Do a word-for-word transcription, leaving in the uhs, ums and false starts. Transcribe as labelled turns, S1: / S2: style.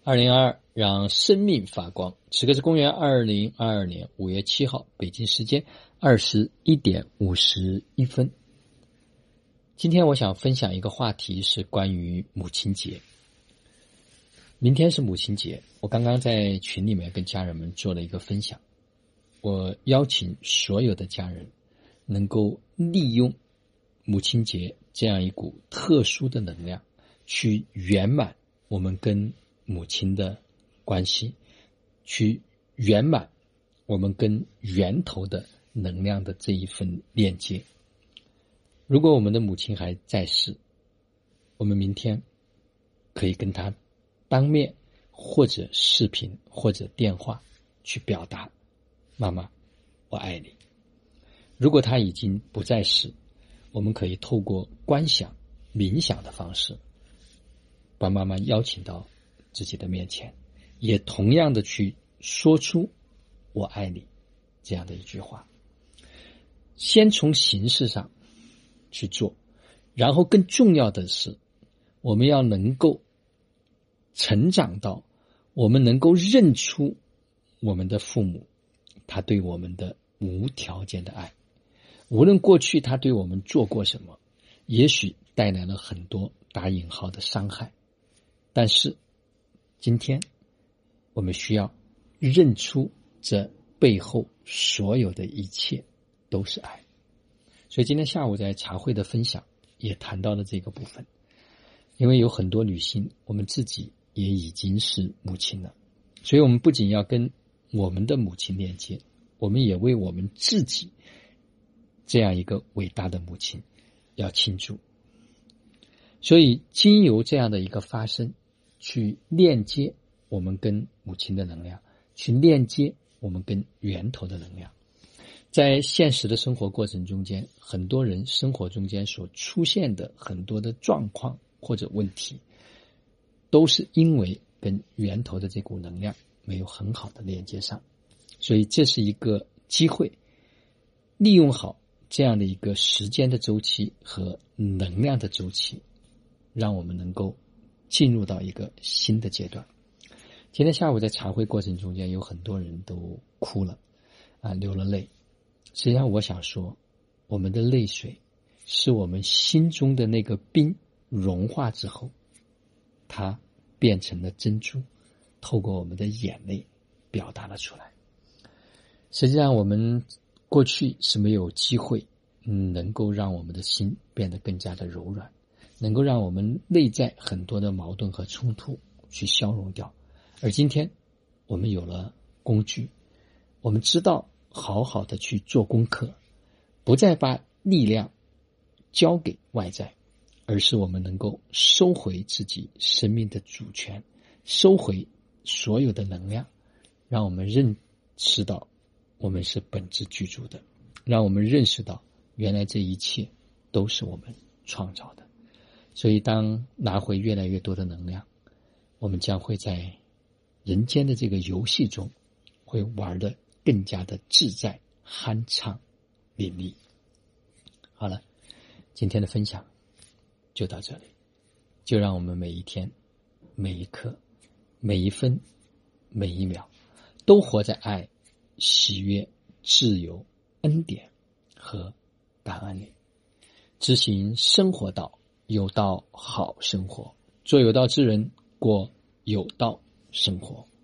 S1: 二零二二让生命发光。此刻是公元二零二二年五月七号，北京时间二十一点五十一分。今天我想分享一个话题，是关于母亲节。明天是母亲节，我刚刚在群里面跟家人们做了一个分享。我邀请所有的家人能够利用母亲节这样一股特殊的能量，去圆满我们跟母亲的关系，去圆满我们跟源头的能量的这一份链接。如果我们的母亲还在世，我们明天可以跟她当面或者视频或者电话去表达，妈妈我爱你。如果她已经不在世，我们可以透过观想冥想的方式把妈妈邀请到自己的面前，也同样的去说出我爱你这样的一句话。先从形式上去做，然后更重要的是我们要能够成长到我们能够认出我们的父母他对我们的无条件的爱。无论过去他对我们做过什么，也许带来了很多打引号的伤害，但是今天我们需要认出这背后所有的一切都是爱。所以今天下午在茶会的分享也谈到了这个部分。因为有很多女性，我们自己也已经是母亲了，所以我们不仅要跟我们的母亲链接，我们也为我们自己这样一个伟大的母亲要庆祝。所以经由这样的一个发生，去链接我们跟母亲的能量，去链接我们跟源头的能量。在现实的生活过程中间，很多人生活中间所出现的很多的状况或者问题，都是因为跟源头的这股能量没有很好的连接上。所以这是一个机会，利用好这样的一个时间的周期和能量的周期，让我们能够进入到一个新的阶段。今天下午在茶会过程中间，有很多人都哭了啊，流了泪。实际上我想说，我们的泪水是我们心中的那个冰融化之后，它变成了珍珠，透过我们的眼泪表达了出来。实际上我们过去是没有机会嗯，能够让我们的心变得更加的柔软，能够让我们内在很多的矛盾和冲突去消融掉。而今天我们有了工具，我们知道好好的去做功课，不再把力量交给外在，而是我们能够收回自己生命的主权，收回所有的能量，让我们认识到我们是本质具足的，让我们认识到原来这一切都是我们创造的。所以当拿回越来越多的能量，我们将会在人间的这个游戏中会玩得更加的自在、酣畅、淋漓。好了，今天的分享就到这里，就让我们每一天、每一刻、每一分、每一秒都活在爱、喜悦、自由、恩典和感恩里，执行生活道，有道好生活，做有道之人，过有道生活。